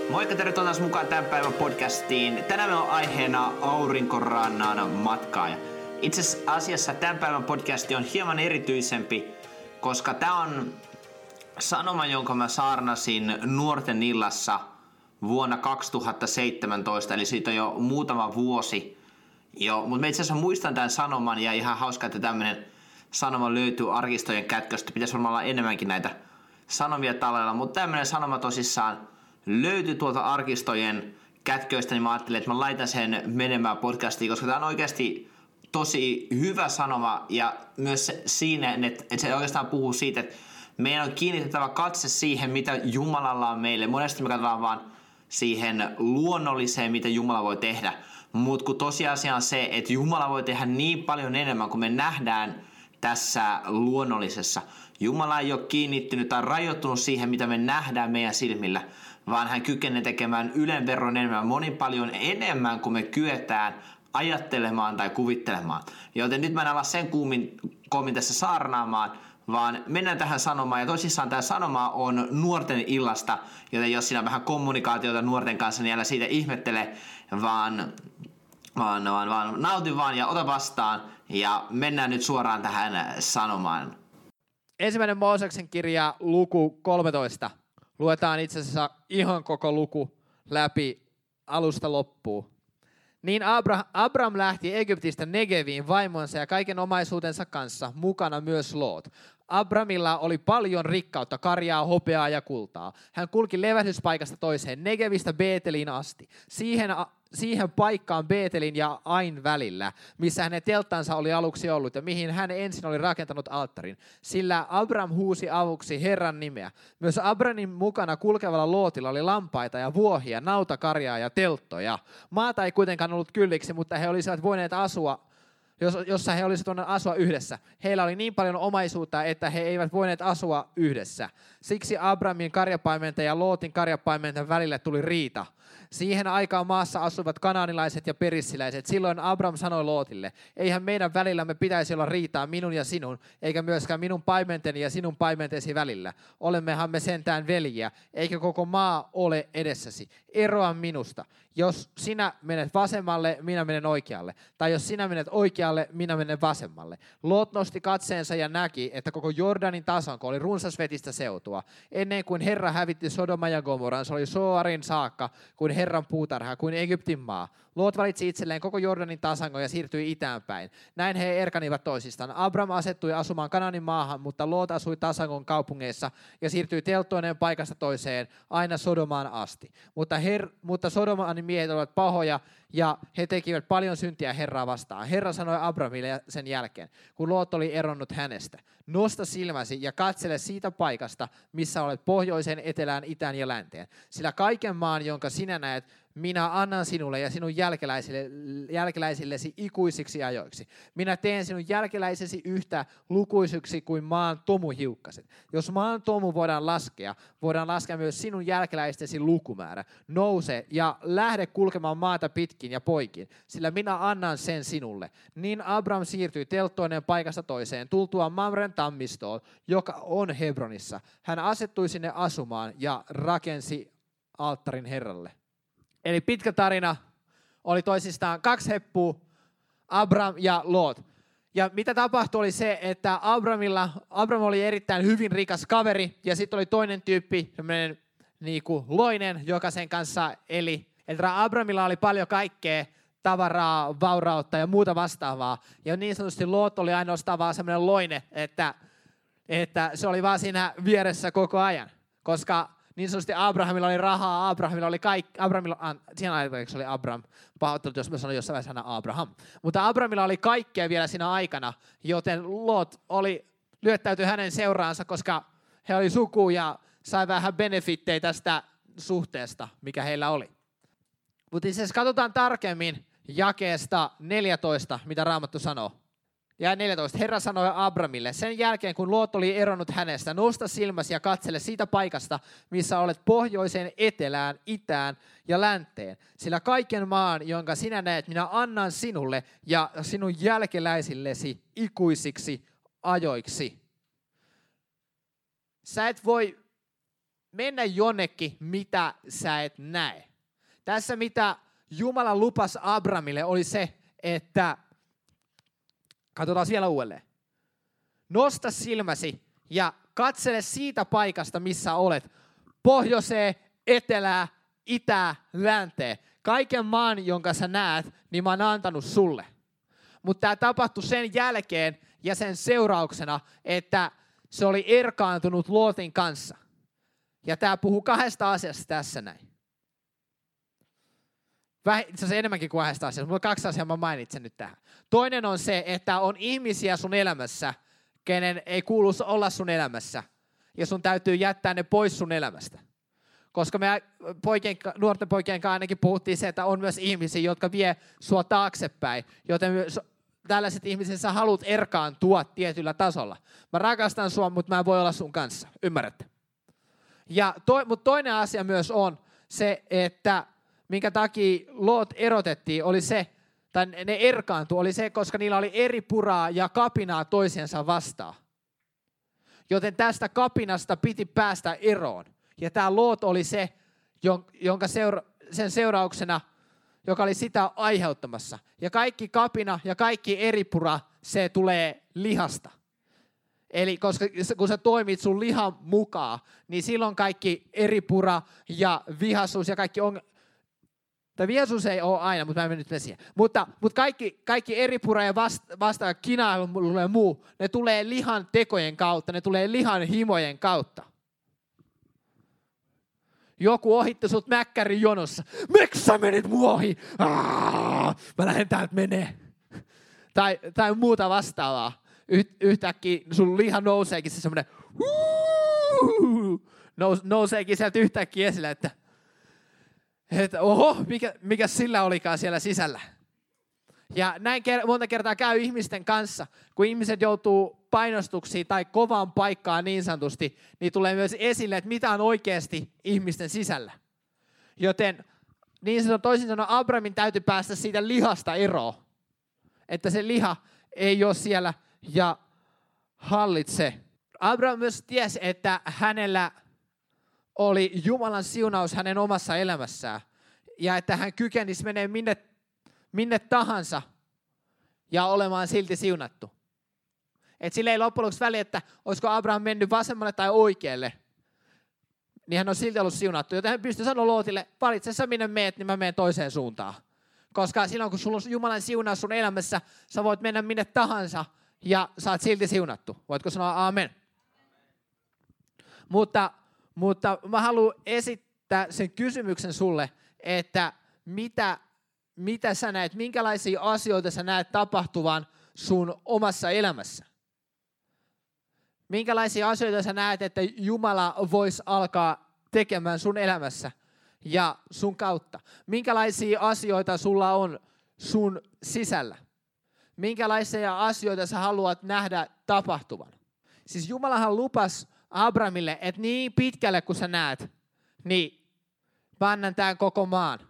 Moikka, tervetuloa taas mukaan tämän päivän podcastiin. Tänään meillä on aiheena aurinkorannan matkaaja. Itse asiassa tämän päivän podcasti on hieman erityisempi, koska tämä on sanoma, jonka mä saarnasin nuorten illassa vuonna 2017, eli siitä on jo muutama vuosi. Mutta mä itse asiassa muistan tämän sanoman ja ihan hauska, että tämmöinen sanoma löytyy arkistojen kätköstä. Pitäisi varmaan olla enemmänkin näitä sanomia tallella, mutta tämmöinen sanoma tosissaan löytyi tuolta arkistojen kätköistä, niin mä ajattelin, että mä laitan sen menemään podcastiin, koska tämä on oikeasti tosi hyvä sanoma ja myös siinä, että se oikeastaan puhuu siitä, että meidän on kiinnitettävä katse siihen, mitä Jumalalla on meille. Monesti me katsotaan vaan siihen luonnolliseen, mitä Jumala voi tehdä, mutta kun tosiasia on se, että Jumala voi tehdä niin paljon enemmän kuin me nähdään tässä luonnollisessa. Jumala ei ole kiinnittynyt tai rajoittunut siihen, mitä me nähdään meidän silmillä, vaan hän kykenee tekemään ylen verran enemmän, monin paljon enemmän kuin me kyetään ajattelemaan tai kuvittelemaan. Joten nyt mä en ala sen kuumin tässä saarnaamaan, vaan mennään tähän sanomaan. Ja tosissaan tämä sanoma on nuorten illasta, joten jos siinä on vähän kommunikaatiota nuorten kanssa, niin älä siitä ihmettele, vaan nauti vaan ja ota vastaan. Ja mennään nyt suoraan tähän sanomaan. Ensimmäinen Mooseksen kirja, luku 13. Luetaan itse asiassa ihan koko luku läpi alusta loppuun. Niin Abram lähti Egyptistä Negeviin vaimonsa ja kaiken omaisuutensa kanssa, mukana myös Loot. Abramilla oli paljon rikkautta, karjaa, hopeaa ja kultaa. Hän kulki levähdyspaikasta toiseen, Negevistä Beeteliin asti. Siihen paikkaan Beetelin ja Ain välillä, missä hänen telttansa oli aluksi ollut ja mihin hän ensin oli rakentanut alttarin. Sillä Abram huusi avuksi Herran nimeä. Myös Abramin mukana kulkevalla Lootilla oli lampaita ja vuohia, nautakarjaa ja telttoja. Maata ei kuitenkaan ollut kylliksi, mutta he olisivat voineet asua, jossa he olisivat voineet asua yhdessä. Heillä oli niin paljon omaisuutta, että he eivät voineet asua yhdessä. Siksi Abramin karjapaimenten ja Lootin karjapaimenten välille tuli riita. Siihen aikaan maassa asuivat kanaanilaiset ja perissiläiset. Silloin Abram sanoi Lootille, eihän meidän välillämme pitäisi olla riitaa minun ja sinun, eikä myöskään minun paimenteni ja sinun paimentesi välillä. Olemmehan me sentään veljiä, eikä koko maa ole edessäsi. Eroa minusta. Jos sinä menet vasemmalle, minä menen oikealle. Tai jos sinä menet oikealle, minä menen vasemmalle. Loot nosti katseensa ja näki, että koko Jordanin tasanko oli runsasvetistä seutua. Ennen kuin Herra hävitti Sodoman ja Gomoran, se oli Soarin saakka, kuin Herran puutarha, kuin Egyptin maa. Loot valitsi itselleen koko Jordanin tasangon ja siirtyi itään päin. Näin he erkanivat toisistaan. Abram asettui asumaan Kanaanin maahan, mutta Loot asui tasangon kaupungeissa ja siirtyi telttoineen paikasta toiseen aina Sodomaan asti. Mutta Sodoman miehet olivat pahoja ja he tekivät paljon syntiä Herraa vastaan. Herra sanoi Abramille sen jälkeen, kun Loot oli eronnut hänestä. Nosta silmäsi ja katsele siitä paikasta, missä olet pohjoiseen, etelään, itään ja länteen. Sillä kaiken maan, jonka sinä näet, minä annan sinulle ja sinun jälkeläisillesi ikuisiksi ajoiksi. Minä teen sinun jälkeläisesi yhtä lukuisiksi kuin maan tomuhiukkaset. Jos maan tomu voidaan laskea myös sinun jälkeläistesi lukumäärä. Nouse ja lähde kulkemaan maata pitkin ja poikin, sillä minä annan sen sinulle. Niin Abram siirtyi telttoineen paikasta toiseen, tultuaan Mamren tammistoon, joka on Hebronissa. Hän asettui sinne asumaan ja rakensi alttarin Herralle. Eli pitkä tarina oli toisistaan kaksi heppua, Abram ja Loot. Ja mitä tapahtui oli se, että Abram oli erittäin hyvin rikas kaveri ja sitten oli toinen tyyppi, semmoinen niinku loinen, joka sen kanssa eli. Eli Abramilla oli paljon kaikkea, tavaraa, vaurautta ja muuta vastaavaa. Ja niin sanotusti Loot oli ainoastaan vaan semmoinen loine, että se oli vaan siinä vieressä koko ajan, koska niin sanotusti Abrahamilla oli rahaa, Abrahamilla oli kaikki, siinä aikana oli Abram, pahoittelut jos mä sanoin jossain vaiheessa sana Abraham, mutta Abramilla oli kaikkea vielä siinä aikana, joten Lot lyöttäytyi hänen seuraansa, koska he oli suku ja sai vähän benefittejä tästä suhteesta, mikä heillä oli. Mutta itse asiassa katsotaan tarkemmin jakeesta 14, mitä Raamattu sanoo. Ja 14. Herra sanoi Abramille, sen jälkeen kun Loot oli eronnut hänestä, nosta silmäsi ja katsele siitä paikasta, missä olet pohjoiseen, etelään, itään ja länteen. Sillä kaiken maan, jonka sinä näet, minä annan sinulle ja sinun jälkeläisillesi ikuisiksi ajoiksi. Sä et voi mennä jonnekin, mitä sä et näe. Tässä mitä Jumala lupasi Abramille oli se, että katsotaan vielä uudelleen. Nosta silmäsi ja katsele siitä paikasta, missä olet. Pohjoiseen, etelään, itään, länteen. Kaiken maan, jonka sä näet, niin mä oon antanut sulle. Mutta tämä tapahtui sen jälkeen ja sen seurauksena, että se oli erkaantunut Lootin kanssa. Ja tämä puhuu kahdesta asiasta tässä näin. Itse asiassa enemmänkin kuin kahdesta asiasta, mutta 2 asiaa mä mainitsen nyt tähän. Toinen on se, että on ihmisiä sun elämässä, kenen ei kuulu olla sun elämässä. Ja sun täytyy jättää ne pois sun elämästä. Koska me nuorten poikien kanssa ainakin puhuttiin se, että on myös ihmisiä, jotka vie sua taaksepäin. Joten tällaiset ihmiset sä haluat erkaantua tietyllä tasolla. Mä rakastan sua, mutta mä en voi olla sun kanssa. Ymmärrätte? Mutta toinen asia myös on se, että minkä takia Loot erotettiin, oli se, tai ne erkaantui, oli se, koska niillä oli eri puraa ja kapinaa toisiansa vastaan. Joten tästä kapinasta piti päästä eroon. Ja tämä Loot oli se, sen seurauksena, joka oli sitä aiheuttamassa. Ja kaikki kapina ja kaikki eripura, se tulee lihasta. Eli koska kun sä toimit sun lihan mukaan, niin silloin kaikki eripura ja vihaisuus ja kaikki tai vihaisuus ei ole aina, mutta mä en mennyt siihen. Mutta kaikki eripura ja vastaan kinailu ja muu, ne tulee lihan tekojen kautta, ne tulee lihan himojen kautta. Joku ohitti sut mäkkärin jonossa. Miksi sä menit mua ohi? Mä lähden täältä menee. Tai muuta vastaavaa. Yhtäkkiä sun liha nouseekin se semmoinen nouseekin sieltä yhtäkkiä esille, että oho, mikä sillä olikaan siellä sisällä. Ja näin monta kertaa käy ihmisten kanssa, kun ihmiset joutuu painostuksiin tai kovaan paikkaan niin sanotusti, niin tulee myös esille, että mitä on oikeasti ihmisten sisällä. Joten niin sanotaan toisin sanoen Abramin täytyy päästä siitä lihasta eroon, että se liha ei ole siellä ja hallitse. Abraham myös tiesi, että hänellä oli Jumalan siunaus hänen omassa elämässään ja että hän kykenisi menemään minne tahansa ja olemaan silti siunattu. Et sillä ei loppujen lopuksi väliä, että olisiko Abraham mennyt vasemmalle tai oikealle, niin hän on silti ollut siunattu. Joten hän pystyi sanoa Lootille, valitse sä minne meet, niin mä menen toiseen suuntaan. Koska silloin kun sulla on Jumalan siunaus sun elämässä, sä voit mennä minne tahansa ja sä oot silti siunattu. Voitko sanoa aamen? Mutta mä haluan esittää sen kysymyksen sulle, että mitä sä näet, minkälaisia asioita sä näet tapahtuvan sun omassa elämässä? Minkälaisia asioita sä näet, että Jumala voisi alkaa tekemään sun elämässä ja sun kautta? Minkälaisia asioita sulla on sun sisällä? Minkälaisia asioita sä haluat nähdä tapahtuvan? Siis Jumalahan lupasi Abramille, että niin pitkälle kun sä näet, niin mä annan tämän koko maan.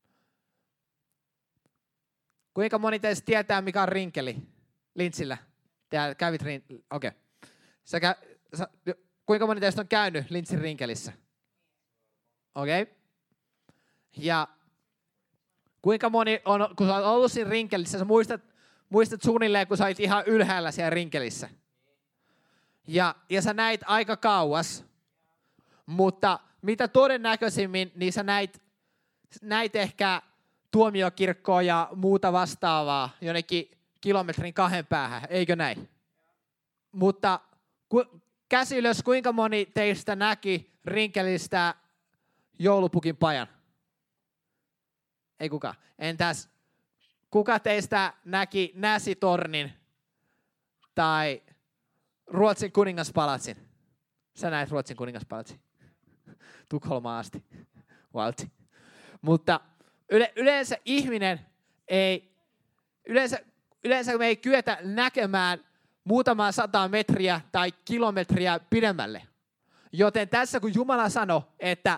Kuinka moni teistä tietää, mikä on rinkeli Lintsillä? Kävit okei. Kuinka moni teistä on käynyt Lintsin rinkelissä? Okei. Ja kuinka moni on, kun sä oot ollut siinä rinkelissä, sä muistat suunnilleen, kun sä olit ihan ylhäällä siellä rinkelissä. Ja sä näit aika kauas, mutta mitä todennäköisimmin, niin sä näit ehkä tuomiokirkkoa ja muuta vastaavaa jonnekin kilometrin 2 päähän, eikö näin? Mutta käsi ylös, kuinka moni teistä näki rinkelistä joulupukin pajan? Ei kukaan. Entäs kuka teistä näki Näsitornin tai Ruotsin kuningaspalatsin? Sä näet Ruotsin kuningaspalatsin. Tukholmaan asti. Valti. Mutta yleensä ihminen ei, yleensä me ei kyetä näkemään muutamaa 100 metriä tai kilometriä pidemmälle. Joten tässä kun Jumala sanoi, että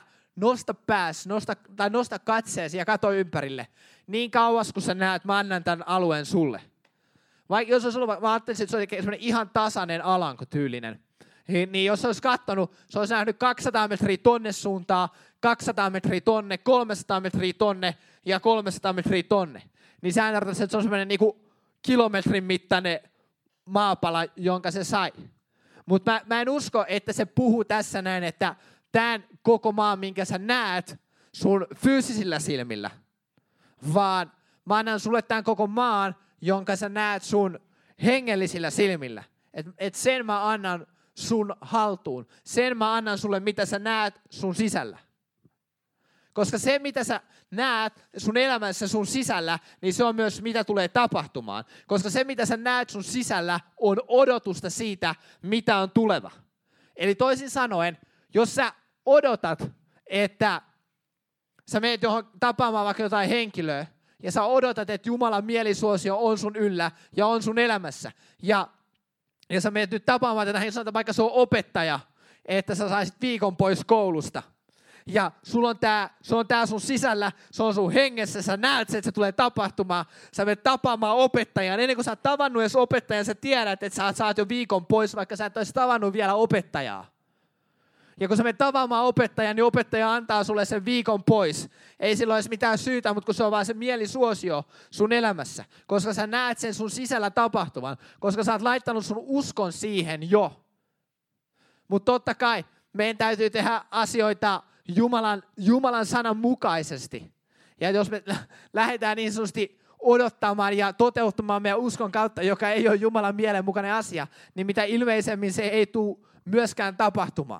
nosta katseesi ja katso ympärille, niin kauas kun sä näet, mä annan tämän alueen sulle. Vaikka jos olisi ollut, mä ajattelisin, että se oli semmoinen ihan tasainen alanko tyylinen. niin jos se olisi katsonut, se olisi nähnyt 200 metriä tonne suuntaan, 200 metriä tonne, 300 metriä tonne ja 300 metriä tonne. Niin sehän tarkoittaa, että se on semmoinen niinku kilometrin mittainen maapala, jonka se sai. Mutta mä en usko, että se puhuu tässä näin, että tämän koko maan, minkä sä näet sun fyysisillä silmillä, vaan mä annan sulle tämän koko maan, jonka sä näet sun hengellisillä silmillä. Et sen mä annan sun haltuun. Sen mä annan sulle, mitä sä näet sun sisällä. Koska se, mitä sä näet sun elämässä sun sisällä, niin se on myös, mitä tulee tapahtumaan. Koska se, mitä sä näet sun sisällä, on odotusta siitä, mitä on tuleva. Eli toisin sanoen, jos sä odotat, että sä menet johon tapaamaan vaikka jotain henkilöä, ja sä odotat, että Jumalan mielisuosio on sun yllä ja on sun elämässä. Ja sä menet nyt tapaamaan tätä, sanotaan vaikka se on opettaja, että sä saisit viikon pois koulusta. Ja sulla on tää sun sisällä, se on sun hengessä, sä näet se, että se tulee tapahtumaan. Sä menet tapaamaan opettajan. Ennen kuin sä oot tavannut edes opettajan, sä tiedät, että sä saat jo viikon pois, vaikka sä et olisi tavannut vielä opettajaa. Ja kun sä menet tavaamaan opettajan, niin opettaja antaa sulle sen viikon pois. Ei sillä olisi mitään syytä, mutta kun se on vaan se mielisuosio sun elämässä. Koska sä näet sen sun sisällä tapahtuvan. Koska sä oot laittanut sun uskon siihen jo. Mutta totta kai meidän täytyy tehdä asioita Jumalan sanan mukaisesti. Ja jos me lähdetään niin sanotusti odottamaan ja toteuttamaan meidän uskon kautta, joka ei ole Jumalan mielen mukainen asia, niin mitä ilmeisemmin se ei tule myöskään tapahtumaan.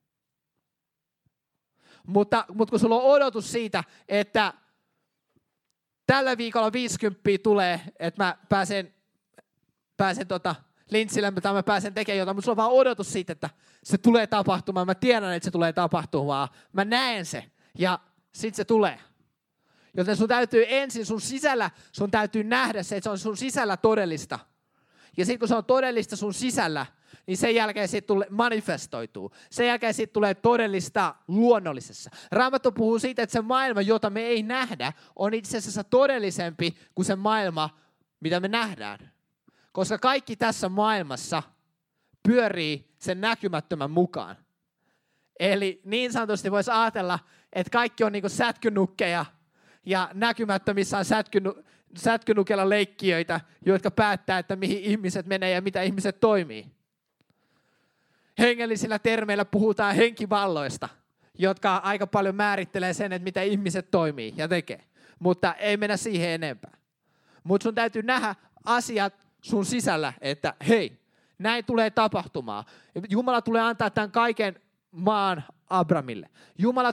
Mutta kun sulla on odotus siitä, että tällä viikolla 50 tulee, että mä pääsen lintsille, tai mä pääsen tekemään jotain, mutta sulla on vaan odotus siitä, että se tulee tapahtumaan. Mä tiedän, että se tulee tapahtumaan. Mä näen se ja sit se tulee. Joten sun täytyy ensin sun sisällä, sun täytyy nähdä se, että se on sun sisällä todellista. Ja sitten kun se on todellista sun sisällä, niin sen jälkeen siitä manifestoituu. Sen jälkeen siitä tulee todellista luonnollisessa. Raamattu puhuu siitä, että se maailma, jota me ei nähdä, on itse asiassa todellisempi kuin se maailma, mitä me nähdään. Koska kaikki tässä maailmassa pyörii sen näkymättömän mukaan. Eli niin sanotusti voisi ajatella, että kaikki on niin kuin sätkynukkeja ja näkymättömissä on sätkynukella leikkijöitä, jotka päättää, että mihin ihmiset menee ja mitä ihmiset toimii. Hengellisillä termeillä puhutaan henkivalloista, jotka aika paljon määrittelee sen, että mitä ihmiset toimii ja tekee. Mutta ei mennä siihen enempää. Mutta sun täytyy nähdä asiat sun sisällä, että hei, näin tulee tapahtumaan. Jumala tulee antaa tämän kaiken maan Abramille. Jumala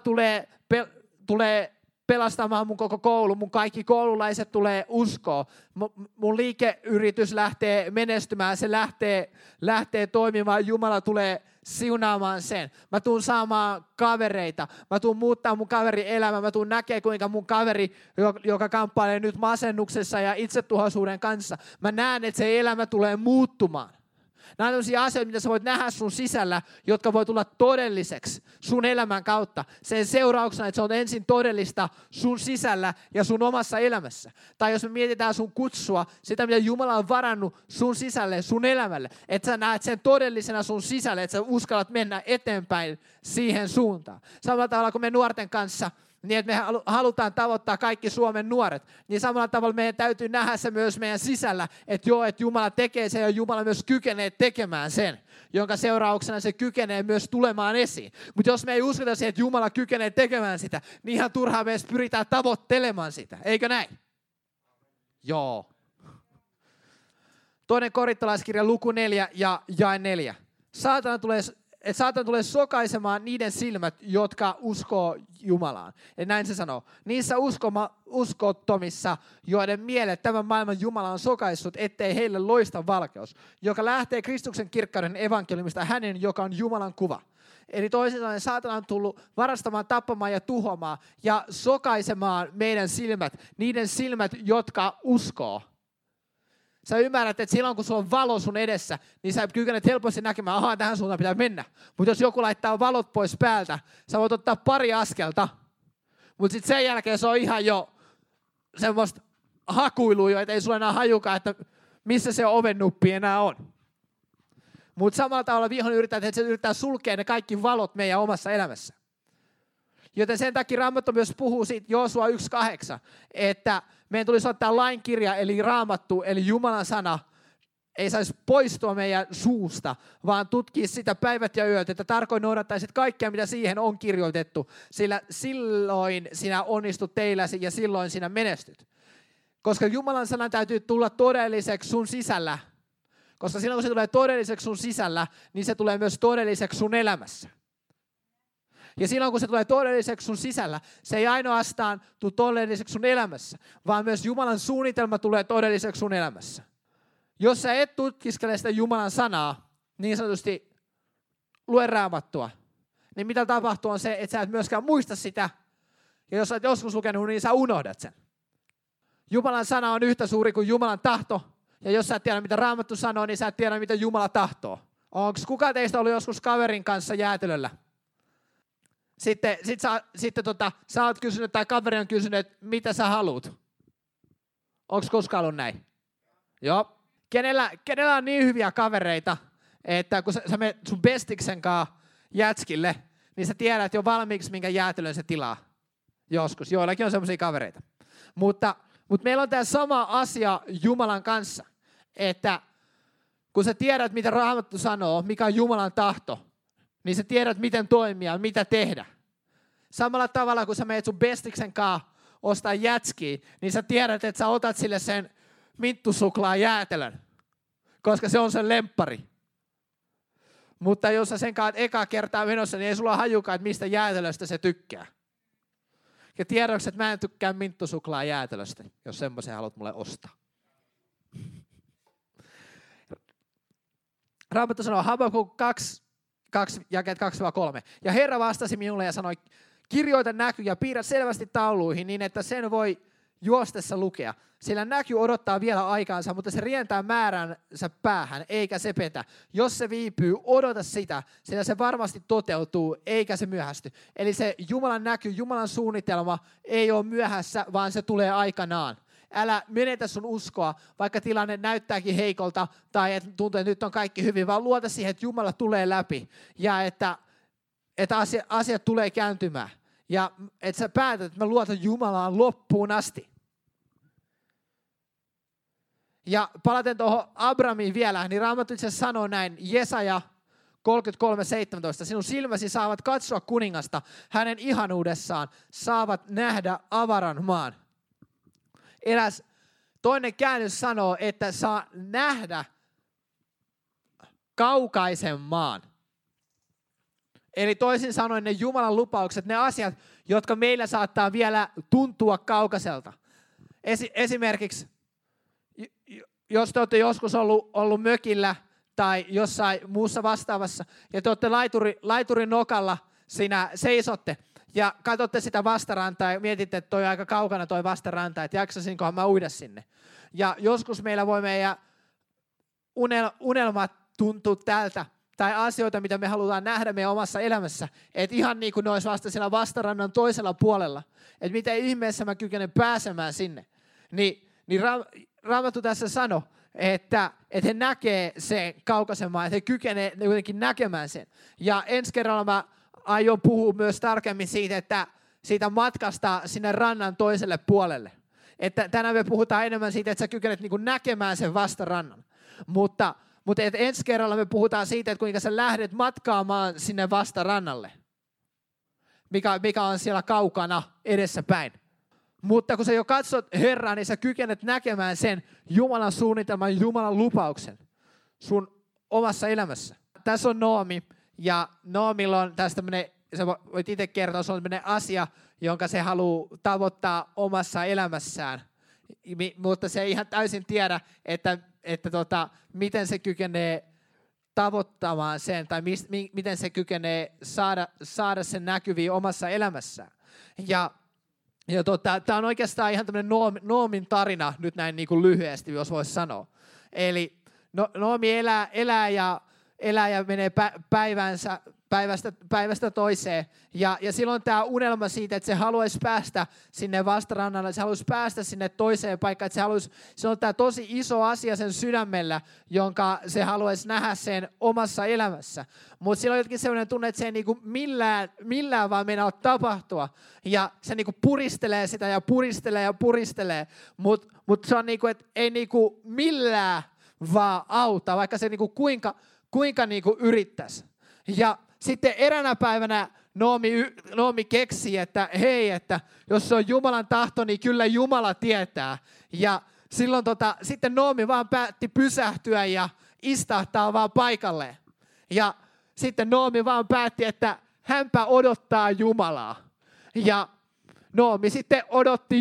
tulee pelastamaan mun koko koulu, mun kaikki koululaiset tulee uskoa. Mun liikeyritys lähtee menestymään, se lähtee toimimaan, Jumala tulee siunaamaan sen. Mä tuun saamaan kavereita, mä tuun muuttaa mun kaverin elämää, mä tuun näkee kuinka mun kaveri, joka kamppailee nyt masennuksessa ja itsetuhoisuuden kanssa, mä näen, että se elämä tulee muuttumaan. Nämä on sellaisia asioita, mitä sä voit nähdä sun sisällä, jotka voi tulla todelliseksi sun elämän kautta. Sen seurauksena, että se on ensin todellista sun sisällä ja sun omassa elämässä. Tai jos me mietitään sun kutsua, sitä mitä Jumala on varannut sun sisälle, sun elämälle. Että sä näet sen todellisena sun sisälle, että sä uskallat mennä eteenpäin siihen suuntaan. Samalla tavalla kuin me nuorten kanssa, niin että me halutaan tavoittaa kaikki Suomen nuoret, niin samalla tavalla meidän täytyy nähdä se myös meidän sisällä, että joo, että Jumala tekee sen ja Jumala myös kykenee tekemään sen, jonka seurauksena se kykenee myös tulemaan esiin. Mutta jos me ei uskota siihen, että Jumala kykenee tekemään sitä, niin ihan turhaan me pyritään tavoittelemaan sitä, eikö näin? Joo. Toinen korintolaiskirja luku 4 ja jae 4. Saatana tulee sokaisemaan niiden silmät, jotka uskoo Jumalaan. Ja näin se sanoo. Niissä uskottomissa, joiden mielet tämän maailman Jumala on sokaissut, ettei heille loista valkeus, joka lähtee Kristuksen kirkkauden evankeliumista hänen, joka on Jumalan kuva. Eli toisin sanoen saatana on tullut varastamaan, tappamaan ja tuhoamaan ja sokaisemaan meidän silmät, niiden silmät, jotka uskoo. Sä ymmärrät, että silloin kun sulla on valo sun edessä, niin sä kykenet helposti näkemään, ahaa, tähän suuntaan pitää mennä. Mutta jos joku laittaa valot pois päältä, sä voit ottaa pari askelta. Mutta sitten sen jälkeen se on ihan jo semmoista hakuilua, että ei sulla enää hajukaan, että missä se ovennuppi enää on. Mutta samalla tavalla vihollinen yrittää sulkea ne kaikki valot meidän omassa elämässä. Joten sen takia Raamattu myös puhuu siitä Joosua 1.8, että meidän tulisi ottaa lainkirja, eli Raamattu, eli Jumalan sana, ei saisi poistua meidän suusta, vaan tutkia sitä päivät ja yöt, että tarkoin noudattaisit kaikkea, mitä siihen on kirjoitettu, sillä silloin sinä onnistut teilläsi ja silloin sinä menestyt. Koska Jumalan sanan täytyy tulla todelliseksi sun sisällä, koska silloin kun se tulee todelliseksi sun sisällä, niin se tulee myös todelliseksi sun elämässä. Ja silloin kun se tulee todelliseksi sun sisällä, se ei ainoastaan tule todelliseksi sun elämässä, vaan myös Jumalan suunnitelma tulee todelliseksi sun elämässä. Jos sä et tutkiskele sitä Jumalan sanaa, niin sanotusti lue Raamattua, niin mitä tapahtuu on se, että sä et myöskään muista sitä. Ja jos sä et joskus lukenut, niin sä unohdat sen. Jumalan sana on yhtä suuri kuin Jumalan tahto. Ja jos sä et tiedä, mitä Raamattu sanoo, niin sä et tiedä, mitä Jumala tahtoo. Onko kukaan teistä ollut joskus kaverin kanssa jäätelöllä? Sitten sä oot kysynyt tai kaveri on kysynyt, että mitä sä haluut. Onko koskaan ollut näin? Joo. Kenellä on niin hyviä kavereita, että kun sä menet sun bestiksen kanssa jätskille, niin sä tiedät jo valmiiksi, minkä jäätelön se tilaa. Joskus. Joillakin on semmoisia kavereita. Mutta meillä on tämä sama asia Jumalan kanssa, että kun sä tiedät, mitä Raamattu sanoo, mikä on Jumalan tahto, niin sä tiedät, miten toimia, mitä tehdä. Samalla tavalla, kun sä menet sun bestiksen kanssa ostaa jätskiä, niin sä tiedät, että sä otat sille sen minttusuklaa jäätelön, koska se on sen lemppari. Mutta jos sä sen kanssa ekaa kertaa menossa, niin ei sulla hajukaan, että mistä jäätelöstä se tykkää. Ja tiedoksi, että mä en tykkää minttusuklaa jäätelöstä, jos semmoisen haluat mulle ostaa. Raamattu sanoo Habakuk 2, jakeet 2-3. Ja Herra vastasi minulle ja sanoi, kirjoita näky ja piirrä selvästi tauluihin niin, että sen voi juostessa lukea. Sillä näky odottaa vielä aikaansa, mutta se rientää määränsä päähän, eikä se petä. Jos se viipyy, odota sitä, sillä se varmasti toteutuu, eikä se myöhästy. Eli se Jumalan näky, Jumalan suunnitelma ei ole myöhässä, vaan se tulee aikanaan. Älä menetä sun uskoa, vaikka tilanne näyttääkin heikolta tai että tuntuu, että nyt on kaikki hyvin, vaan luota siihen, että Jumala tulee läpi ja että asiat tulee kääntymään. Ja että sä päätät, että mä luotan Jumalaan loppuun asti. Ja palaten tuohon Abramiin vielä, niin Raamattu itse asiassa sanoo näin, Jesaja 33:17. Sinun silmäsi saavat katsoa kuningasta, hänen ihanuudessaan saavat nähdä avaran maan. Eräs toinen käännös sanoo, että saa nähdä kaukaisen maan. Eli toisin sanoen ne Jumalan lupaukset, ne asiat, jotka meillä saattaa vielä tuntua kaukaiselta. Esimerkiksi, jos te olette joskus ollut mökillä tai jossain muussa vastaavassa, ja te olette laiturin nokalla, siinä seisotte, ja katsotte sitä vastarantaa ja mietitte, että toi on aika kaukana toi vastaranta, että jaksasinkohan mä uida sinne. Ja joskus meillä voi meidän unelmat tuntua tältä, tai asioita, mitä me halutaan nähdä meidän omassa elämässä, että ihan niin kuin ne olisi vasta siellä vastarannan toisella puolella, että mitä ihmeessä mä kykenen pääsemään sinne. Niin Raamattu tässä sanoi, että he näkee sen kaukaisen maan, että he kykenevät jotenkin näkemään sen. Ja ensi kerralla mä aion puhua myös tarkemmin siitä matkasta sinne rannan toiselle puolelle. Että tänään me puhutaan enemmän siitä, että sä kykenet niin kuin näkemään sen vastarannan. Mutta ensi kerralla me puhutaan siitä, että kuinka sä lähdet matkaamaan sinne vastarannalle, mikä on siellä kaukana edessäpäin. Mutta kun sä jo katsot Herraa, niin sä kykenet näkemään sen Jumalan suunnitelman, Jumalan lupauksen sun omassa elämässä. Tässä on Noomi, ja Noomilla on tässä tämmöinen, sä voit itse kertoa, se on tämmöinen asia, jonka se haluaa tavoittaa omassa elämässään. Mutta se ei ihan täysin tiedä, että miten se kykenee tavoittamaan sen, tai miten se kykenee saada sen näkyviin omassa elämässään. Ja tämä on oikeastaan ihan tämmöinen Noomin tarina, nyt näin niin kuin lyhyesti, jos voisi sanoa. Eli Noomi elää ja menee päivästä toiseen. Ja silloin tämä unelma siitä, että se haluaisi päästä sinne vastarannalle, se haluaisi päästä sinne toiseen paikkaan, että se on tämä tosi iso asia sen sydämellä, jonka se haluaisi nähdä sen omassa elämässä. Mutta sillä on jotenkin sellainen tunne, että se ei niinku millään vaan meinaa tapahtua. Ja se niinku puristelee sitä ja puristelee. Mutta se on niinku, että ei niinku millään vaan auta, vaikka se niinku kuinka niinku yrittäisi. Ja sitten eräänä päivänä Noomi keksi, että hei, että jos se on Jumalan tahto, niin kyllä Jumala tietää. Ja silloin sitten Noomi vaan päätti pysähtyä ja istahtaa vaan paikalleen. Ja sitten Noomi vaan päätti, että hänpä odottaa Jumalaa. Ja Noomi sitten odotti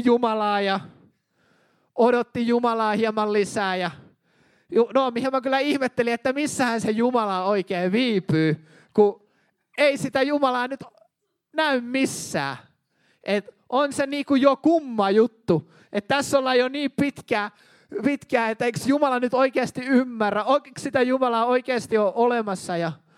Jumalaa hieman lisää. Ja Noomi hieman kyllä ihmetteli, että missähän se Jumala oikein viipyy, kun ei sitä Jumalaa nyt näy missään. Et on se niinku jo kumma juttu, että tässä ollaan jo niin pitkään, että eikö Jumala nyt oikeasti ymmärrä, onko sitä Jumalaa oikeasti ole olemassa.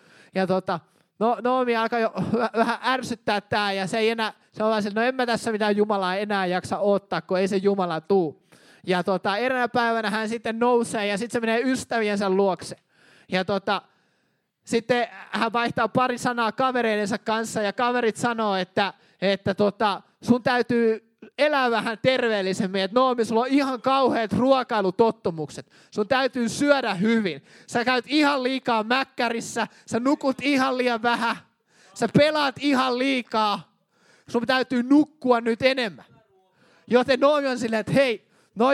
Noomi alkaa jo vähän ärsyttää tää ja se on vaan se, no en mä tässä mitään Jumalaa enää jaksa odottaa, kun ei se Jumala tuu. Ja eräänä päivänä hän sitten nousee ja sitten se menee ystäviensä luokse. Ja sitten hän vaihtaa pari sanaa kavereidensa kanssa ja kaverit sanoo, että sun täytyy elää vähän terveellisemmin. Että Noomi, sulla on ihan kauheat ruokailutottumukset. Sun täytyy syödä hyvin. Sä käyt ihan liikaa mäkkärissä, sä nukut ihan liian vähän, sä pelaat ihan liikaa. Sun täytyy nukkua nyt enemmän. Joten Noomi on silleen, että hei,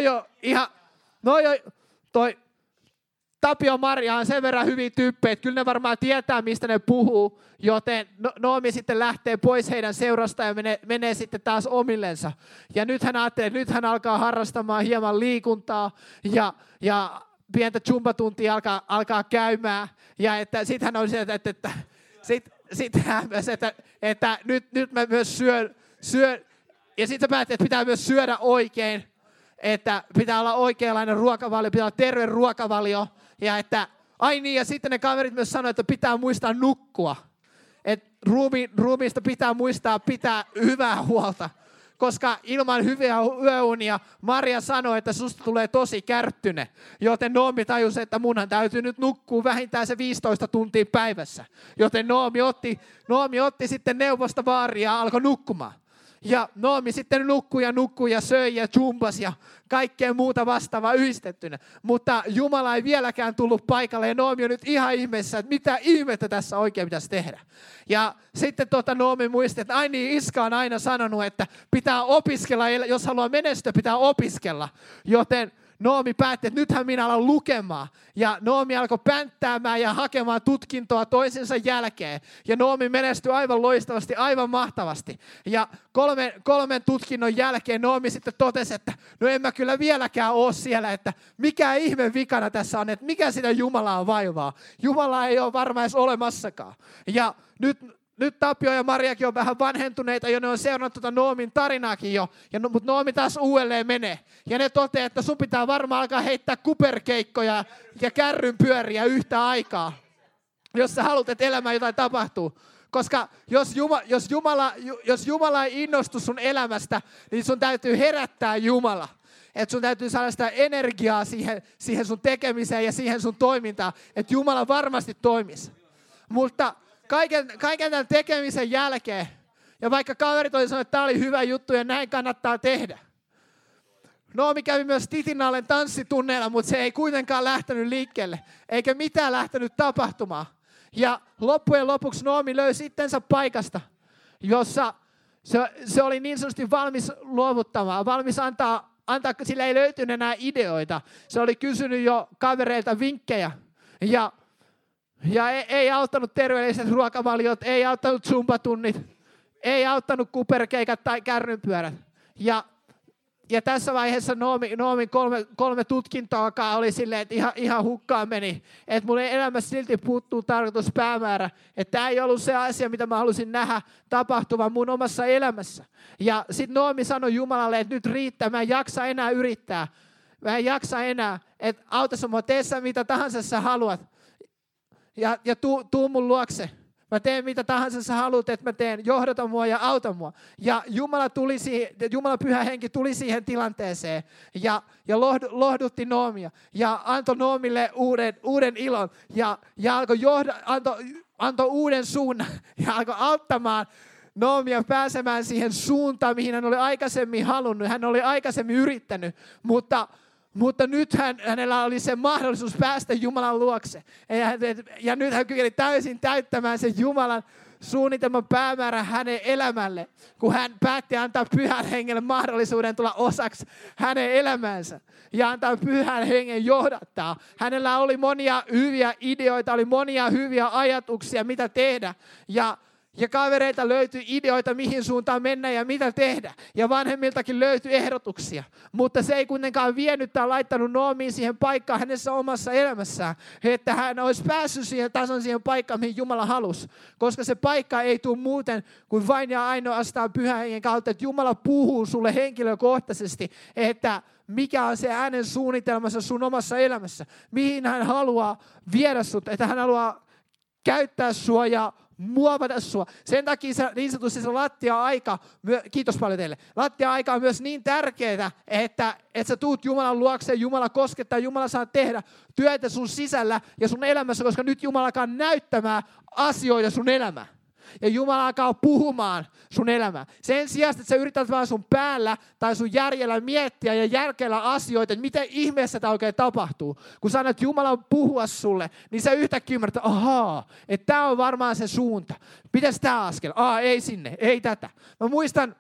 toi Tapio Maria on sen verran hyviä tyyppejä, että kyllä ne varmaan tietää, mistä ne puhuu, joten Noomi sitten lähtee pois heidän seurasta ja menee sitten taas omillensa. Ja nyt hän ajattelee, että nyt hän alkaa harrastamaan hieman liikuntaa ja pientä zumbatuntia alkaa käymään. Ja että sitten hän on se, että nyt mä myös syön. Ja sitten päätti, että pitää myös syödä oikein, että pitää olla oikeanlainen ruokavalio, pitää olla terve ruokavalio. Ja että, ja sitten ne kaverit myös sanoivat, että pitää muistaa nukkua. Että ruumiista pitää muistaa pitää hyvää huolta. Koska ilman hyviä yöunia Maria sanoi, että susta tulee tosi kärttyne. Joten Noomi tajusi, että munhan täytyy nyt nukkua vähintään se 15 tuntia päivässä. Joten Noomi otti sitten neuvosta vaaria ja alkoi nukkumaan. Ja Noomi sitten nukkui ja söi ja jumbasi ja kaikkea muuta vastaavaa yhdistettynä. Mutta Jumala ei vieläkään tullut paikalle ja Noomi on nyt ihan ihmeessä, että mitä ihmettä tässä oikein pitäisi tehdä. Ja sitten Noomi muisti, että Iska on aina sanonut, että pitää opiskella, jos haluaa menestyä, pitää opiskella. Joten Noomi päätti, että nythän minä alan lukemaan. Ja Noomi alkoi pänttäämään ja hakemaan tutkintoa toisensa jälkeen. Ja Noomi menestyi aivan loistavasti, aivan mahtavasti. Ja kolmen tutkinnon jälkeen Noomi sitten totesi, että no en mä kyllä vieläkään ole siellä, että mikä ihme vikana tässä on, että mikä sitä Jumalaa vaivaa. Jumala ei ole varmaan edes olemassakaan. Ja nyt Tapio ja Mariakin on vähän vanhentuneita jo, ne on seurannut Noomin tarinaakin jo, mutta Noomi taas uudelleen menee. Ja ne toteaa, että sun pitää varmaan alkaa heittää kuperkeikkoja ja kärrynpyöriä yhtä aikaa, jos sä haluat, että elämään jotain tapahtuu. Koska jos Jumala ei innostu sun elämästä, niin sun täytyy herättää Jumala. Että sun täytyy saada sitä energiaa siihen sun tekemiseen ja siihen sun toimintaan, että Jumala varmasti toimisi. Mutta kaiken tämän tekemisen jälkeen, ja vaikka kaverit oli sanonut, että tämä oli hyvä juttu ja näin kannattaa tehdä. Noomi kävi myös Titinallen tanssitunneilla, mutta se ei kuitenkaan lähtenyt liikkeelle, eikä mitään lähtenyt tapahtumaan. Ja loppujen lopuksi Noomi löysi itsensä paikasta, jossa se oli niin sanotusti valmis luovuttamaan, valmis antaa, sillä ei löytynyt enää ideoita. Se oli kysynyt jo kavereilta vinkkejä ja ei auttanut terveelliset ruokavaliot, ei auttanut zumbatunnit, ei auttanut kuperkeikat tai kärrynpyörät. Ja tässä vaiheessa Noomin kolme tutkintoa oli silleen, että ihan hukkaan meni. Että mun elämässä silti puuttuu tarkoituspäämäärä. Että tämä ei ollut se asia, mitä mä halusin nähdä tapahtuvan mun omassa elämässä. Ja sitten Noomi sanoi Jumalalle, että nyt riittää, mä en jaksa enää yrittää. Mä en jaksa enää, että auta mua, tee sä mitä tahansa sä haluat. Ja tuu mun luokse. Mä teen mitä tahansa sä haluat, että mä teen. Johdata mua ja auta mua. Ja Jumalan pyhä henki tuli siihen tilanteeseen ja lohdutti Noomia. Ja antoi Noomille uuden ilon. Ja alkoi antoi uuden suunnan. Ja alkoi auttamaan Noomia pääsemään siihen suuntaan, mihin hän oli aikaisemmin halunnut. Hän oli aikaisemmin yrittänyt, mutta nyt hänellä oli se mahdollisuus päästä Jumalan luokse. Ja nyt hän kykeni täysin täyttämään sen Jumalan suunnitelman päämäärän hänen elämälle, kun hän päätti antaa pyhän hengelle mahdollisuuden tulla osaksi hänen elämänsä ja antaa pyhän hengen johdattaa. Hänellä oli monia hyviä ideoita, oli monia hyviä ajatuksia, mitä tehdä. Ja kavereilta löytyi ideoita, mihin suuntaan mennä ja mitä tehdä. Ja vanhemmiltakin löytyi ehdotuksia. Mutta se ei kuitenkaan vienyt tai laittanut Noomiin siihen paikkaan hänessä omassa elämässään. Että hän olisi päässyt siihen paikkaan, mihin Jumala halusi. Koska se paikka ei tule muuten kuin vain ja ainoastaan pyhän hengen kautta. Että Jumala puhuu sulle henkilökohtaisesti, että mikä on se hänen suunnitelmansa sun omassa elämässä. Mihin hän haluaa viedä sut. Että hän haluaa käyttää sua ja muovata sua. Sen takia se, niin sanotusti se lattia-aika, kiitos paljon teille, lattia-aika on myös niin tärkeää, että sä tuut Jumalan luokse, Jumala koskettaa, Jumala saa tehdä työtä sun sisällä ja sun elämässä, koska nyt Jumala alkaa näyttämään asioita sun elämään. Ja Jumala alkaa puhumaan sun elämää. Sen sijaan, että sä yrität vaan sun päällä tai sun järjellä miettiä ja järkeillä asioita, että miten ihmeessä tämä oikein tapahtuu. Kun sä annat Jumalan puhua sulle, niin sä yhtäkkiä ymmärrät, että ahaa, että tämä on varmaan se suunta. Pitäisi tämä askel? Ei sinne, ei tätä. Mä muistan,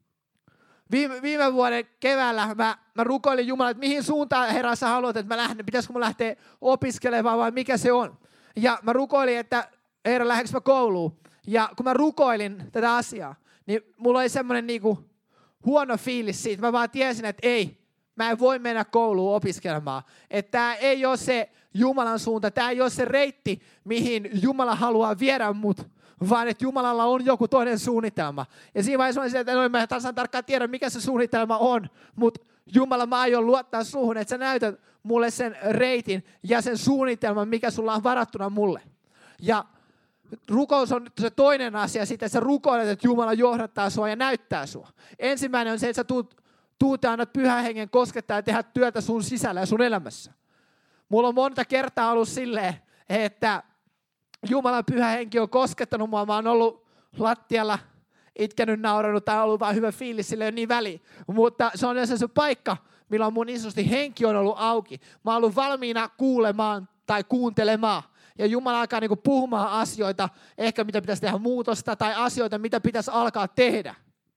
viime vuoden keväällä mä rukoilin Jumalan, että mihin suuntaan Herra sä haluat, että mä lähden. Pitäisikö mä lähteä opiskelemaan vai mikä se on? Ja mä rukoilin, että Herra, lähdenkö mä kouluun? Ja kun mä rukoilin tätä asiaa, niin mulla oli semmoinen niinku huono fiilis siitä. Mä vaan tiesin, että mä en voi mennä kouluun opiskelemaan. Että tää ei ole se Jumalan suunta, tää ei ole se reitti, mihin Jumala haluaa viedä mut, vaan että Jumalalla on joku toinen suunnitelma. Ja siinä vaiheessa mä olin että mä tasan tarkkaan tiedä, mikä se suunnitelma on, mutta Jumala, mä aion luottaa suhun, että sä näytät mulle sen reitin ja sen suunnitelman, mikä sulla on varattuna mulle. Ja rukous on se toinen asia, sitten että sä rukoilet, että Jumala johdattaa sua ja näyttää sua. Ensimmäinen on se, että sä tuut ja annat pyhän hengen koskettaa ja tehdä työtä sun sisällä ja sun elämässä. Mulla on monta kertaa ollut silleen, että Jumalan pyhä henki on koskettanut mua. Mä oon ollut lattialla, itkenyt, naurannut tai ollut vaan hyvä fiilis, sillä ei ole niin väliä. Mutta se on yleensä se paikka, milloin mun niin sanotusti henki on ollut auki. Mä oon ollut valmiina kuulemaan tai kuuntelemaan. Ja Jumala alkaa niinku puhumaan asioita, ehkä mitä pitäisi tehdä muutosta, tai asioita, mitä pitäisi alkaa tehdä.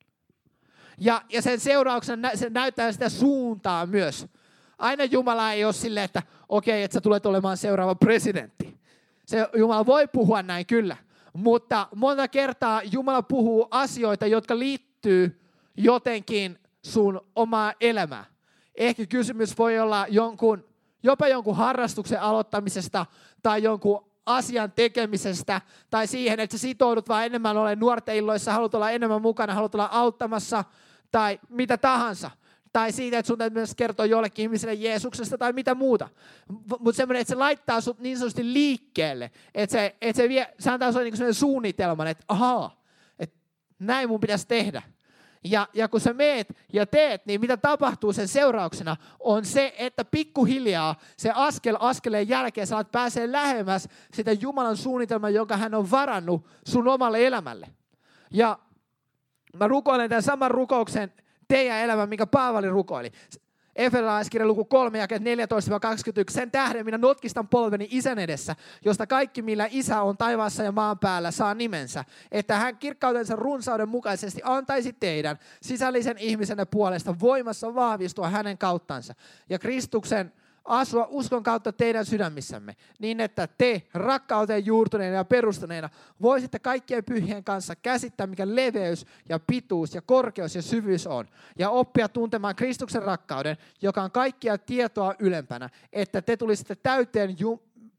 Ja sen seurauksena se näyttää sitä suuntaa myös. Aina Jumala ei ole silleen, että okei, että sä tulet olemaan seuraava presidentti. Se Jumala voi puhua näin kyllä, mutta monta kertaa Jumala puhuu asioita, jotka liittyy jotenkin sun omaan elämään. Ehkä kysymys voi olla jopa jonkun harrastuksen aloittamisesta tai jonkun asian tekemisestä tai siihen, että sä sitoudut vaan enemmän olemaan nuorten illoissa, haluat olla enemmän mukana, haluat olla auttamassa tai mitä tahansa. Tai siitä, että sun täytyy myös kertoa jollekin ihmiselle Jeesuksesta tai mitä muuta. Mutta semmoinen, että se laittaa sut niin sanotusti liikkeelle. Että se antaa sulle niin sellainen suunnitelman, että että näin mun pitäisi tehdä. Ja kun sä meet ja teet, niin mitä tapahtuu sen seurauksena on se, että pikkuhiljaa se askeleen jälkeen sä alat pääsee lähemmäs sitä Jumalan suunnitelmaa, jonka hän on varannut sun omalle elämälle. Ja mä rukoilen tämän saman rukouksen teidän elämän, minkä Paavali rukoili. Efesolaiskirja luku 3, jakeet 14-21. Sen tähden minä notkistan polveni Isän edessä, josta kaikki, millä Isä on taivaassa ja maan päällä, saa nimensä. Että hän kirkkautensa runsauden mukaisesti antaisi teidän sisällisen ihmisenne puolesta voimassa vahvistua hänen kauttansa. Ja Kristuksen asua uskon kautta teidän sydämissämme, niin että te rakkauteen juurtuneena ja perustuneena voisitte kaikkien pyhien kanssa käsittää, mikä leveys ja pituus ja korkeus ja syvyys on, ja oppia tuntemaan Kristuksen rakkauden, joka on kaikkia tietoa ylempänä, että te tulisitte täyteen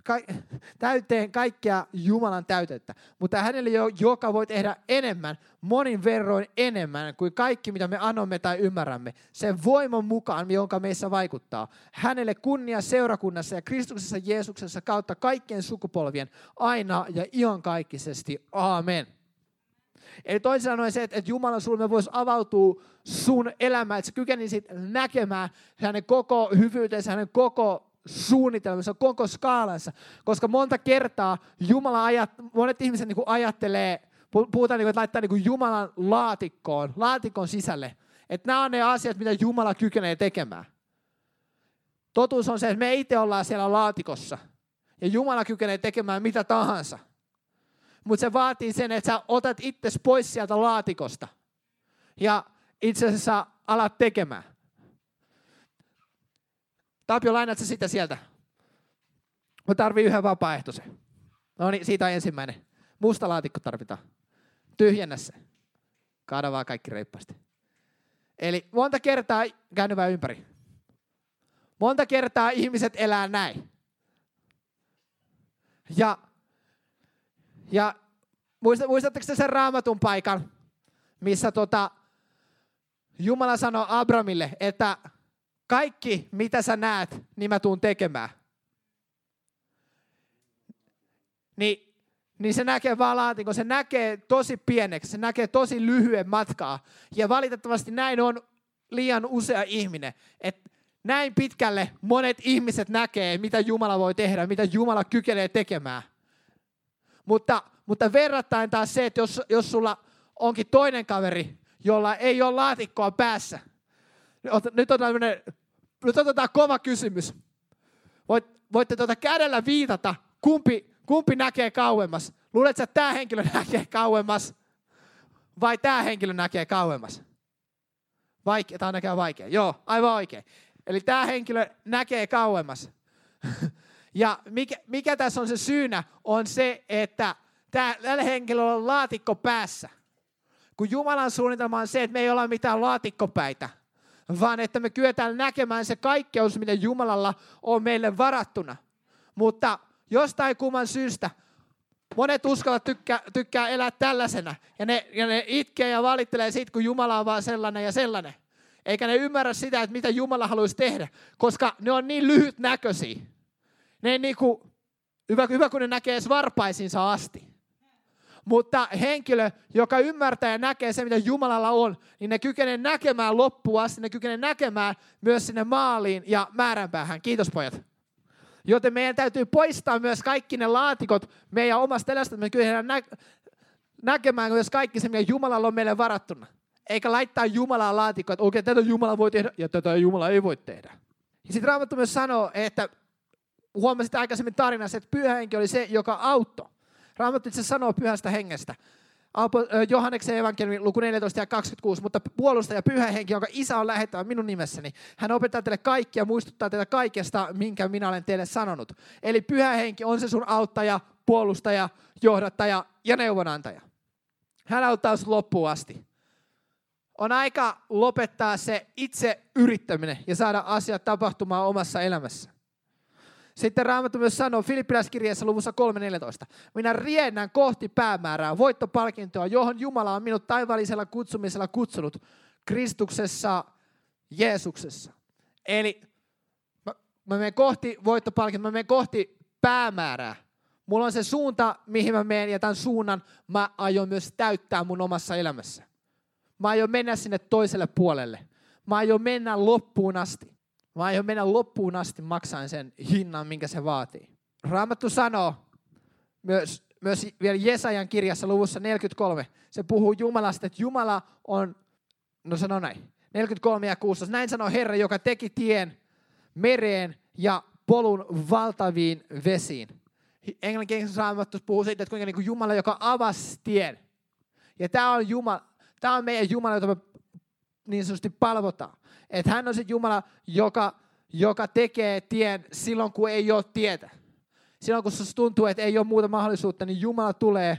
täyteen kaikkea Jumalan täytettä. Mutta hänelle, joka voi tehdä enemmän, monin verroin enemmän kuin kaikki, mitä me annamme tai ymmärrämme, sen voiman mukaan, jonka meissä vaikuttaa. Hänelle kunnia seurakunnassa ja Kristuksessa Jeesuksessa kautta kaikkien sukupolvien, aina ja iankaikkisesti. Aamen. Eli toisin sanoen se, että Jumalan sulle voisi avautua sun elämään, että sä kykenisit näkemään hänen koko hyvyytensä, hänen koko suunnitelmassa, koko skaalansa. Koska monta kertaa monet ihmiset niin kuin ajattelee, puhutaan, niin kuin, että laittaa niin kuin Jumalan laatikon sisälle. Että nämä on ne asiat, mitä Jumala kykenee tekemään. Totuus on se, että me itse ollaan siellä laatikossa. Ja Jumala kykenee tekemään mitä tahansa. Mutta se vaatii sen, että sä otat itsesi pois sieltä laatikosta. Ja itse asiassa alat tekemään. Tapio, lainat sä sitä sieltä? Mä tarvii yhden vapaaehtoisen. No niin, siitä on ensimmäinen. Musta laatikko tarvitaan. Tyhjennä se. Kaada vaan kaikki reippaasti. Eli monta kertaa, käynyt vähän ympäri. Monta kertaa ihmiset elää näin. Ja muistatteko te sen Raamatun paikan, missä Jumala sanoi Abramille, että kaikki, mitä sä näet, niin mä tuun tekemään. Niin se näkee vaan laatikon, se näkee tosi pieneksi, se näkee tosi lyhyen matkaa. Ja valitettavasti näin on liian usea ihminen, että näin pitkälle monet ihmiset näkee, mitä Jumala voi tehdä, mitä Jumala kykenee tekemään. Mutta verrattain taas se, että jos sulla onkin toinen kaveri, jolla ei ole laatikkoa päässä. Nyt otetaan kova kysymys. Voitte kädellä viitata, kumpi näkee kauemmas. Luuletko, että tämä henkilö näkee kauemmas vai tämä henkilö näkee kauemmas? Tämä on näkee vaikea. Joo, aivan oikein. Eli tämä henkilö näkee kauemmas. Ja mikä tässä on se syynä, on se, että tällä henkilöllä on laatikko päässä. Kun Jumalan suunnitelma on se, että me ei olla mitään laatikkopäitä, vaan että me kyetään näkemään se kaikkeus, mitä Jumalalla on meille varattuna. Mutta jostain kumman syystä monet uskallat tykkää elää tällaisena. Ja ne itkee ja valittelee siitä, kun Jumala on vaan sellainen ja sellainen. Eikä ne ymmärrä sitä, että mitä Jumala haluaisi tehdä, koska ne on niin lyhytnäköisiä. Ne hyvä, kun ne näkee edes varpaisinsa asti. Mutta henkilö, joka ymmärtää ja näkee se, mitä Jumalalla on, niin ne kykenee näkemään loppuun asti, ne kykenee näkemään myös sinne maaliin ja määränpäähän. Kiitos pojat. Joten meidän täytyy poistaa myös kaikki ne laatikot meidän omasta elämästä, me kykenään näkemään myös kaikki se, mitä Jumalalla on meille varattuna. Eikä laittaa Jumalaa laatikkoon, että okei, tätä Jumala voi tehdä ja tätä Jumala ei voi tehdä. Ja sitten Raamattu myös sanoo, että huomasit aikaisemmin tarinassa, että Pyhä Henki oli se, joka auttoi. Raamattu itse sanoo Pyhästä Hengestä. Johanneksen evankeliumi luku 14 ja 26, mutta puolustaja Pyhä Henki, jonka Isä on lähettävä minun nimessäni, hän opettaa teille kaikkia ja muistuttaa teitä kaikesta, minkä minä olen teille sanonut. Eli Pyhä Henki on se sun auttaja, puolustaja, johdattaja ja neuvonantaja. Hän auttaa sinut loppuun asti. On aika lopettaa se itse yrittäminen ja saada asiat tapahtumaan omassa elämässä. Sitten Raamattu myös sanoo Filippiläiskirjeessä luvussa 3.14. Minä riennän kohti päämäärää, voittopalkintoa, johon Jumala on minut taivaallisella kutsumisella kutsunut Kristuksessa Jeesuksessa. Eli mä menen kohti voittopalkintoa, mä menen kohti päämäärää. Mulla on se suunta, mihin mä menen, ja tämän suunnan mä aion myös täyttää mun omassa elämässä. Mä aion mennä sinne toiselle puolelle. Mä aion mennä loppuun asti. Mä aion mennä loppuun asti maksaen sen hinnan, minkä se vaatii. Raamattu sanoo myös vielä Jesajan kirjassa luvussa 43. Se puhuu Jumalasta, että Jumala on, sanoo näin, 43 ja 16. Näin sanoo Herra, joka teki tien mereen ja polun valtaviin vesiin. Englanninkielisessä Raamattu puhuu siitä, että kuinka niin kuin Jumala, joka avasi tien. Ja tämä on meidän Jumala, jota me niin sanotusti palvotaan. Että hän on se Jumala, joka tekee tien silloin, kun ei ole tietä. Silloin, kun sinusta tuntuu, että ei ole muuta mahdollisuutta, niin Jumala tulee,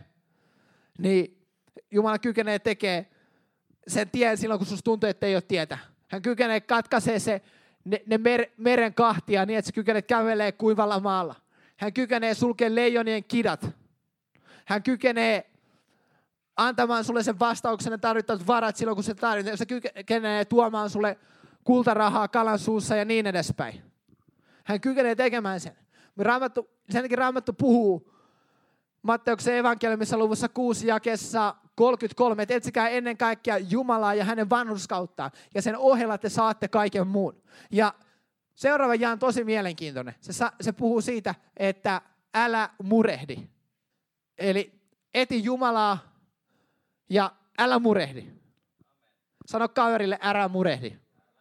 niin Jumala kykenee tekemään sen tien silloin, kun sinusta tuntuu, että ei ole tietä. Hän kykenee katkaisee ne meren kahtia niin, että sä kykenet kävelee kuivalla maalla. Hän kykenee sulkemaan leijonien kidat. Hän kykenee antamaan sulle sen vastauksen ja tarvittavat varat silloin, kun se tarvitsee. Se kykenee tuomaan sulle kultarahaa kalan suussa ja niin edespäin. Hän kykenee tekemään sen. Sen takia Raamattu puhuu Matteuksen evankeliumissa luvussa 6 jakeessa 33, että etsikää ennen kaikkea Jumalaa ja hänen vanhurskauttaan, ja sen ohella te saatte kaiken muun. Ja seuraava jaa on tosi mielenkiintoinen. Se puhuu siitä, että älä murehdi. Eli eti Jumalaa ja älä murehdi. Sano kaverille, älä murehdi.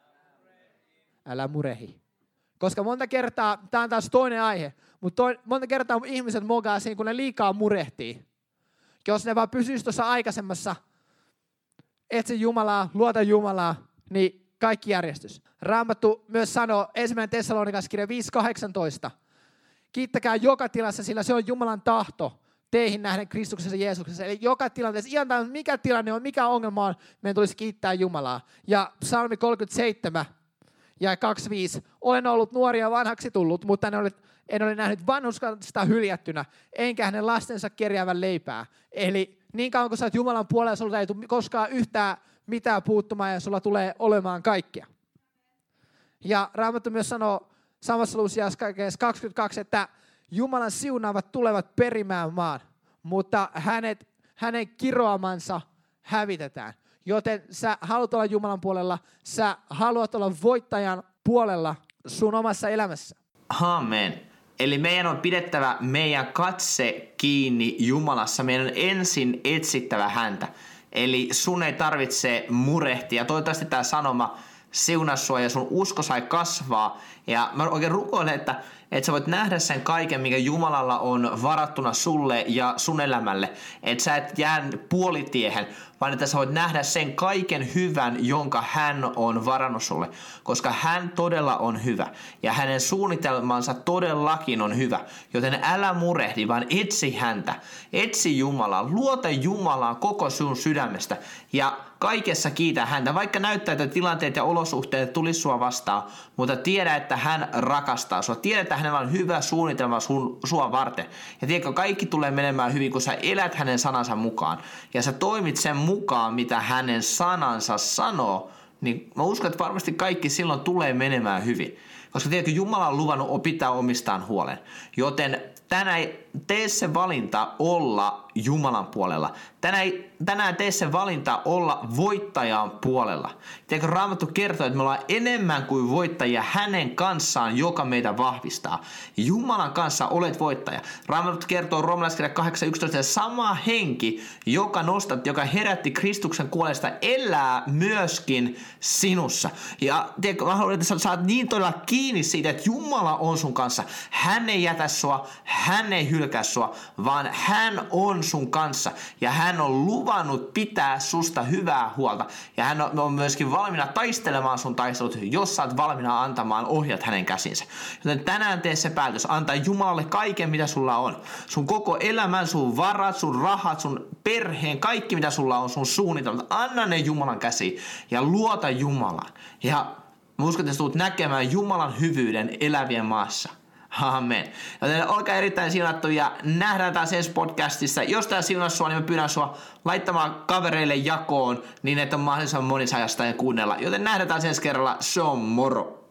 Älä murehdi. Koska monta kertaa, tämä on taas toinen aihe, mutta monta kertaa ihmiset mogaa siinä, kun ne liikaa murehtii. Jos ne vaan pysyisi tuossa aikaisemmassa, etsi Jumalaa, luota Jumalaa, niin kaikki järjestys. Raamattu myös sanoo 1. Tessalonikalaiskirja 5.18. Kiittäkää joka tilassa, sillä se on Jumalan tahto teihin nähden Kristuksessa Jeesuksessa. Eli joka tilanteessa, ihan tämä mikä tilanne on, mikä ongelma on, meidän tulisi kiittää Jumalaa. Ja Psalmi 37 ja 2.5. Olen ollut nuori ja vanhaksi tullut, mutta en ole nähnyt vanhuskasta hyljättynä, enkä hänen lastensa kerjäävän leipää. Eli niin kauan kun sä oot Jumalan puolella, sulla ei tule koskaan yhtään mitään puuttumaan ja sulla tulee olemaan kaikkea. Ja Raamattu myös sanoo samassa luvussa 22, että Jumalan siunaavat tulevat perimään maan, mutta hänen kiroamansa hävitetään. Joten sä haluat olla Jumalan puolella, sä haluat olla voittajan puolella sun omassa elämässä. Amen. Eli meidän on pidettävä meidän katse kiinni Jumalassa. Meidän on ensin etsittävä häntä. Eli sun ei tarvitse murehtia. Toivottavasti tämä sanoma siunaa sua ja sun usko sai kasvaa. Ja mä oikein rukoilen, että sä voit nähdä sen kaiken, mikä Jumalalla on varattuna sulle ja sun elämälle. Että sä et jää puolitiehen, vaan että sä voit nähdä sen kaiken hyvän, jonka hän on varannut sulle. Koska hän todella on hyvä ja hänen suunnitelmansa todellakin on hyvä. Joten älä murehdi, vaan etsi häntä. Etsi Jumalaa, luota Jumalaan koko sun sydämestä ja kaikessa kiitä häntä. Vaikka näyttää, että tilanteet ja olosuhteet tulisi sua vastaan, mutta tiedä, että hän rakastaa sua. Tiedä, että hänellä on hyvä suunnitelma sua varten. Ja tiedätkö, kaikki tulee menemään hyvin, kun sä elät hänen sanansa mukaan. Ja sä toimit sen mukaan, mitä hänen sanansa sanoo. Niin mä uskon, että varmasti kaikki silloin tulee menemään hyvin. Koska tiedätkö, Jumala on luvannut pitää omistaan huolen. Joten tänään tee se valinta olla Jumalan puolella. Tänään tee se valinta olla voittajan puolella. Tiedätkö, Raamattu kertoo, että me ollaan enemmän kuin voittajia hänen kanssaan, joka meitä vahvistaa. Jumalan kanssa olet voittaja. Raamattu kertoo roomalaiskirja 8.11, että sama henki, joka herätti Kristuksen kuolesta, elää myöskin sinussa. Ja tiedätkö, mä haluan, että sä saat niin todella kiinni siitä, että Jumala on sun kanssa. Hän ei jätä sua, hän ei hylkää sua, vaan hän on sun kanssa. Ja hän on luvannut pitää susta hyvää huolta. Ja hän on myöskin valmiina taistelemaan sun taistelut, jos sä oot valmiina antamaan ohjat hänen käsinsä. Joten tänään tee se päätös. Antaa Jumalalle kaiken, mitä sulla on. Sun koko elämän, sun varat, sun rahat, sun perheen, kaikki mitä sulla on, sun suunnitelmat. Anna ne Jumalan käsiin ja luota Jumalaan. Ja mä uskon, että sä tulet näkemään Jumalan hyvyyden elävien maassa. Amen. Joten olkaa erittäin siunattu ja nähdään taas ensi podcastissa. Jos tää siunas sua, niin mä pyydän sua laittamaan kavereille jakoon, niin että on mahdollisimman moni saa jostain kuunnella. Joten nähdään taas ensi kerralla. Se on moro.